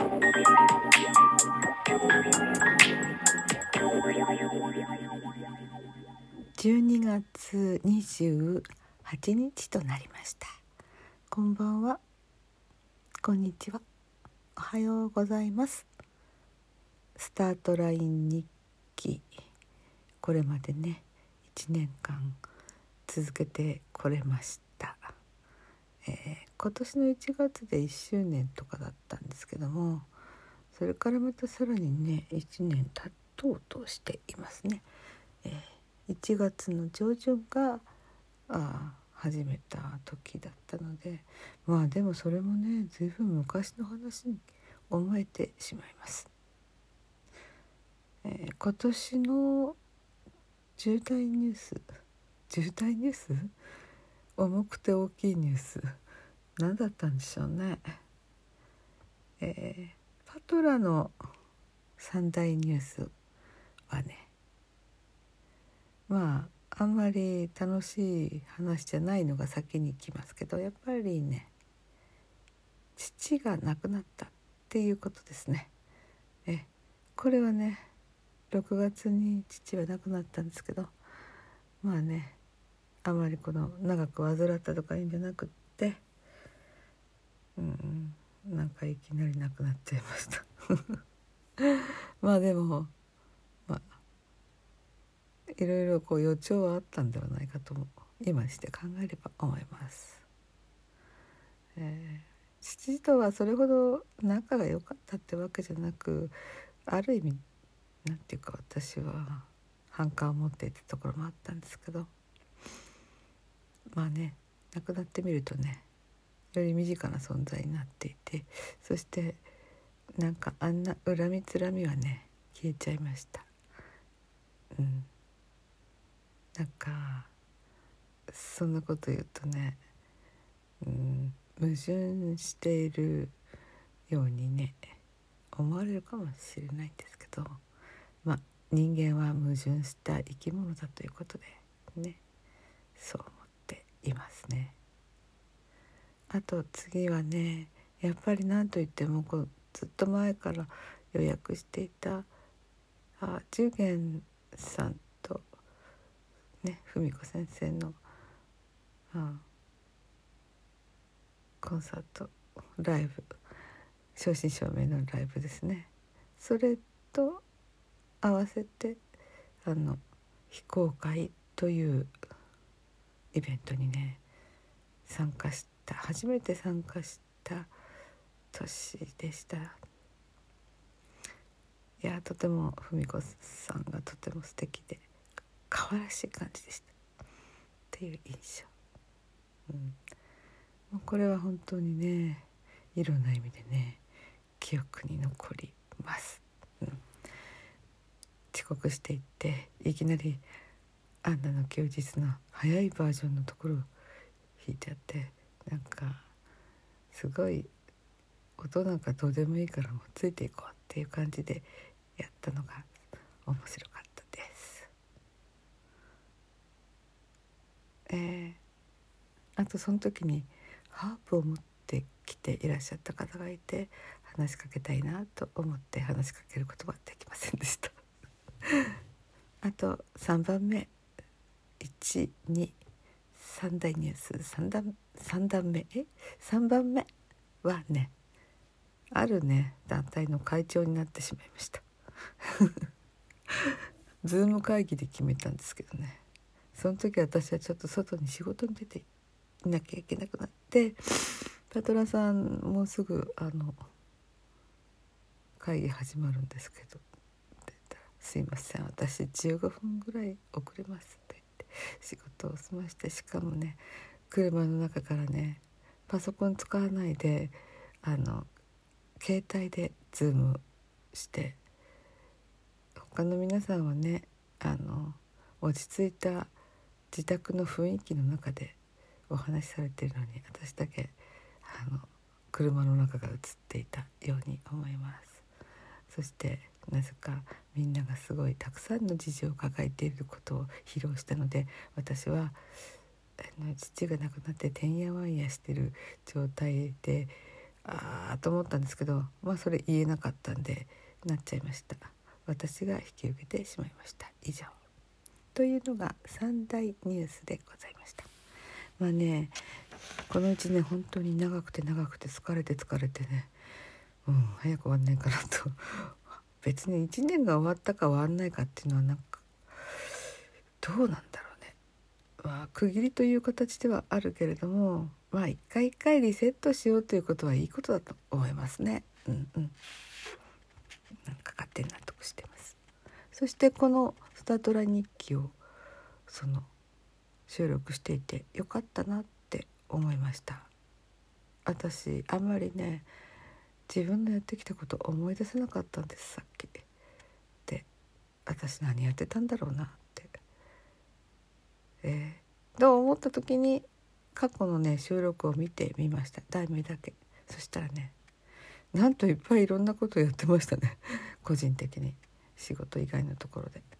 12月28日となりました。こんばんは、こんにちは、おはようございます。スタートライン日記、これまでね1年間続けてこれました。今年の1月で1周年とかだったんですけども、それからまたさらにね1年経とうとしていますね。1月の上旬が始めた時だったので、まあでもそれもねずいぶん昔の話に思えてしまいます。今年の重大ニュース重くて大きいニュース何だったんでしょうね。パトラの三大ニュースはね、まああんまり楽しい話じゃないのが先に来ますけど、やっぱりね父が亡くなったっていうことですね。これはね6月に父は亡くなったんですけど、まあねあまりこの長く患ったとかいうんじゃなくって、なんかいきなり亡くなっちゃいましたまあでもいろいろこう予兆はあったんではないかと今にして考えれば思います。父とはそれほど仲が良かったってわけじゃなく、ある意味なんていうか私は反感を持っていたところもあったんですけど、まあね亡くなってみるとねより身近な存在になっていて、そしてなんかあんな恨みつらみはね消えちゃいました。なんかそんなこと言うとね、矛盾しているようにね思われるかもしれないんですけど、人間は矛盾した生き物だということでね、そう思っていますね。あと次はねやっぱり何といってもずっと前から予約していた寿元さんとね文子先生のコンサートライブ、正真正銘のライブですね。それと合わせて非公開というイベントにね初めて参加した年でした。いやとても文子さんがとても素敵で可愛らしい感じでしたっていう印象。もうこれは本当にねいろんな意味でね記憶に残ります。遅刻していっていきなりアンナの休日の早いバージョンのところを弾いちゃって、なんかすごい音なんかどうでもいいからもうついていこうっていう感じでやったのが面白かったです。あとその時にハープを持ってきていらっしゃった方がいて、話しかけたいなと思って話しかけることはできませんでしたあと3番目1、2、3大ニュース3番目はねあるね団体の会長になってしまいましたズーム会議で決めたんですけどね、その時私はちょっと外に仕事に出ていなきゃいけなくなって、パトラさんもうすぐ会議始まるんですけどって言ったら、すいません私15分ぐらい遅れますって言って仕事を済まして、しかもね車の中からねパソコン使わないで携帯でズームして、他の皆さんはね落ち着いた自宅の雰囲気の中でお話しされているのに、私だけ車の中が映っていたように思います。そしてなぜかみんながすごいたくさんの事情を抱えていることを披露したので、私は父が亡くなっててんやわんやしている状態でと思ったんですけど、それ言えなかったんでなっちゃいました。私が引き受けてしまいました。以上というのが3大ニュースでございました。この1年本当に長くて疲れてね、早く終わんないかなと別に1年が終わったか終わんないかっていうのはどうなんだろうね。区切りという形ではあるけれども、一回一回リセットしようということはいいことだと思いますね。勝手に納得してます。そしてこのスタトラ日記を収録していてよかったなって思いました。私あんまりね、自分のやってきたことを思い出せなかったんです。さっきで、私何やってたんだろうなって、と思った時に過去のね収録を見てみました。題名だけ。そしたらね、なんといっぱいいろんなことをやってましたね個人的に仕事以外のところで、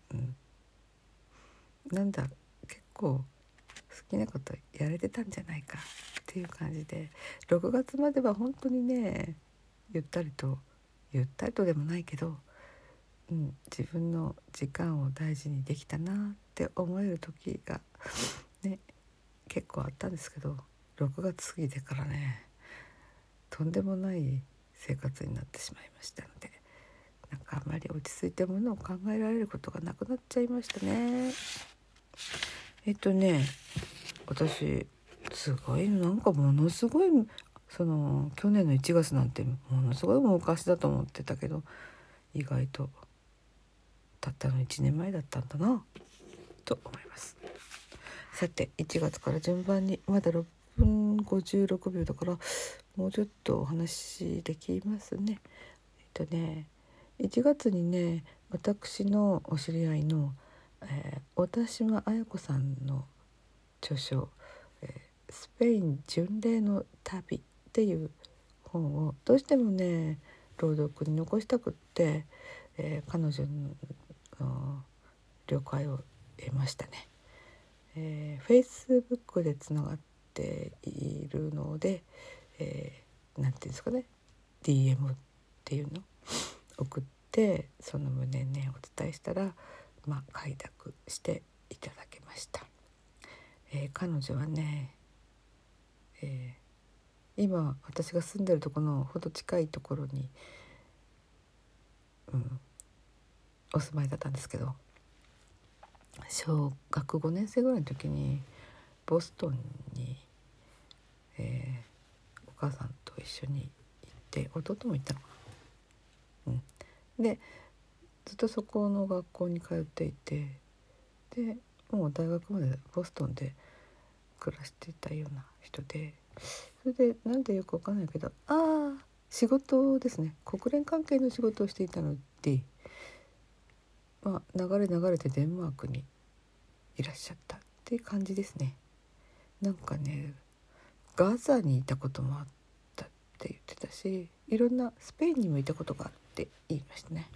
結構好きなことやれてたんじゃないかっていう感じで、6月までは本当にねゆったりとでもないけど、自分の時間を大事にできたなって思える時がね結構あったんですけど、6月過ぎてからねとんでもない生活になってしまいましたので、あんまり落ち着いてものを考えられることがなくなっちゃいましたね。私すごいものすごい去年の1月なんてものすごい昔だと思ってたけど、意外とたったの1年前だったんだなと思います。さて1月から順番に、まだ6分56秒だからもうちょっとお話できますね。1月にね、私のお知り合いの、小田島綾子さんの著書、スペイン巡礼の旅っていう本をどうしてもね朗読に残したくって、彼女の了解を得ましたね。Facebook でつながっているので、なんていうんですかね、 DM っていうの送ってその旨ねお伝えしたら、快諾していただけました。彼女はね、今私が住んでるところのほど近いところに、お住まいだったんですけど、小学5年生ぐらいの時にボストンに、お母さんと一緒に行って、弟も行ったのかな、でずっとそこの学校に通っていて、でもう大学までボストンで暮らしていたような人で、それでなんでよくわかんないけど、仕事ですね、国連関係の仕事をしていたので、流れてデンマークにいらっしゃったっていう感じですね。ガザにいたこともあったって言ってたし、いろんなスペインにもいたことがあって言いましたね。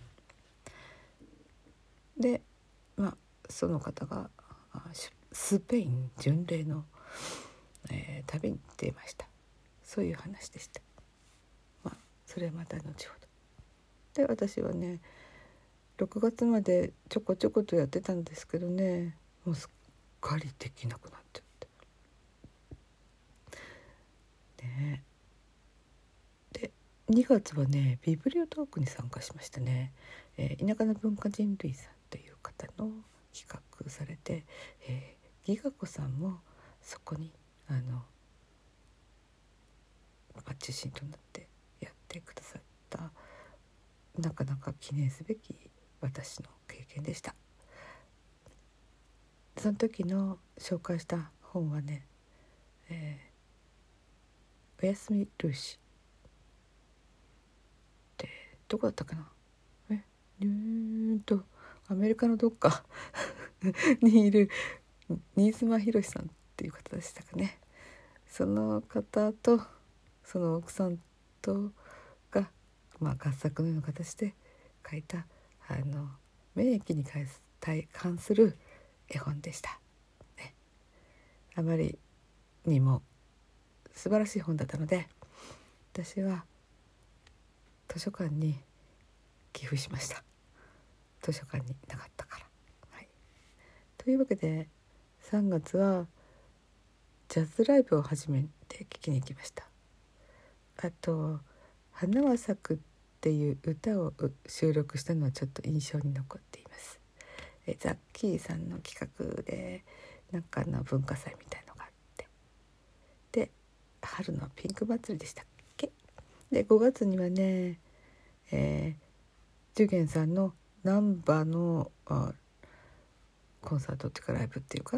でその方がスペイン巡礼の、旅に出ました。そういう話でした。それはまた後ほどで、私はね6月までちょこちょことやってたんですけどね、もうすっかりできなくなっちゃってね。で2月はねビブリオトークに参加しましたね。田舎の文化人類さんという方の企画されて、ギガ子さんもそこに中心となってやってくださった、なかなか記念すべき私の経験でした。その時の紹介した本はね、おやすみルーシってどこだったかな、アメリカのどっかにいる新妻博さんっていう方でしたかね。その方とその奥さんとが、合作のような形で書いた免疫に関する絵本でした、ね。あまりにも素晴らしい本だったので、 私は図書館に寄付しました。図書館になかったから、はい、というわけで3月はジャズライブを初めて聴きに行きました。あと花は咲くっていう歌を収録したのはちょっと印象に残っています。ザッキーさんの企画でなんかの文化祭みたいのがあって、で春のピンク祭りでしたっけ。で5月にはね、ジュゲンさんのナンバのコンサートっていうかライブっていうか、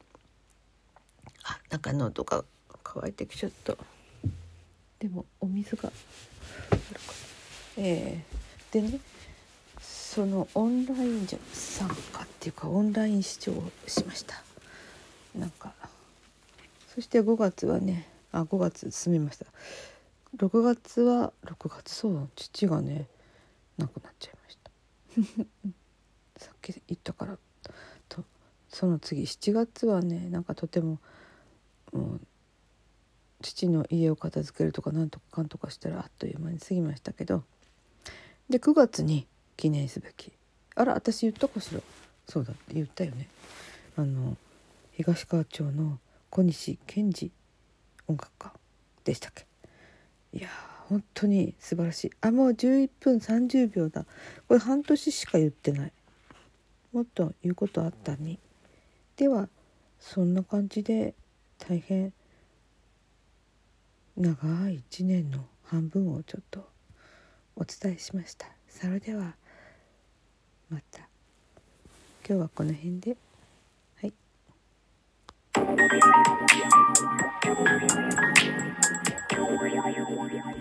なんか喉が渇いてきちゃった。でもお水があるかな。でね、そのオンライン参加っていうかオンライン視聴をしました。なんかそして5月はね、5月進みました。6月そう父がね亡くなっちゃいましたさっき言ったからと。その次7月はね、なんかとても父の家を片付けるとかなんとかかんとかしたらあっという間に過ぎましたけど、で9月に記念すべき、私言ったかしら。そうだ言ったよね。東川町の小西健二音楽家でしたっけ。いや本当に素晴らしい。もう11分30秒だ。これ半年しか言ってない。もっと言うことあったに。ではそんな感じで大変長い1年の半分をちょっとお伝えしました。それではまた。今日はこの辺で。はい。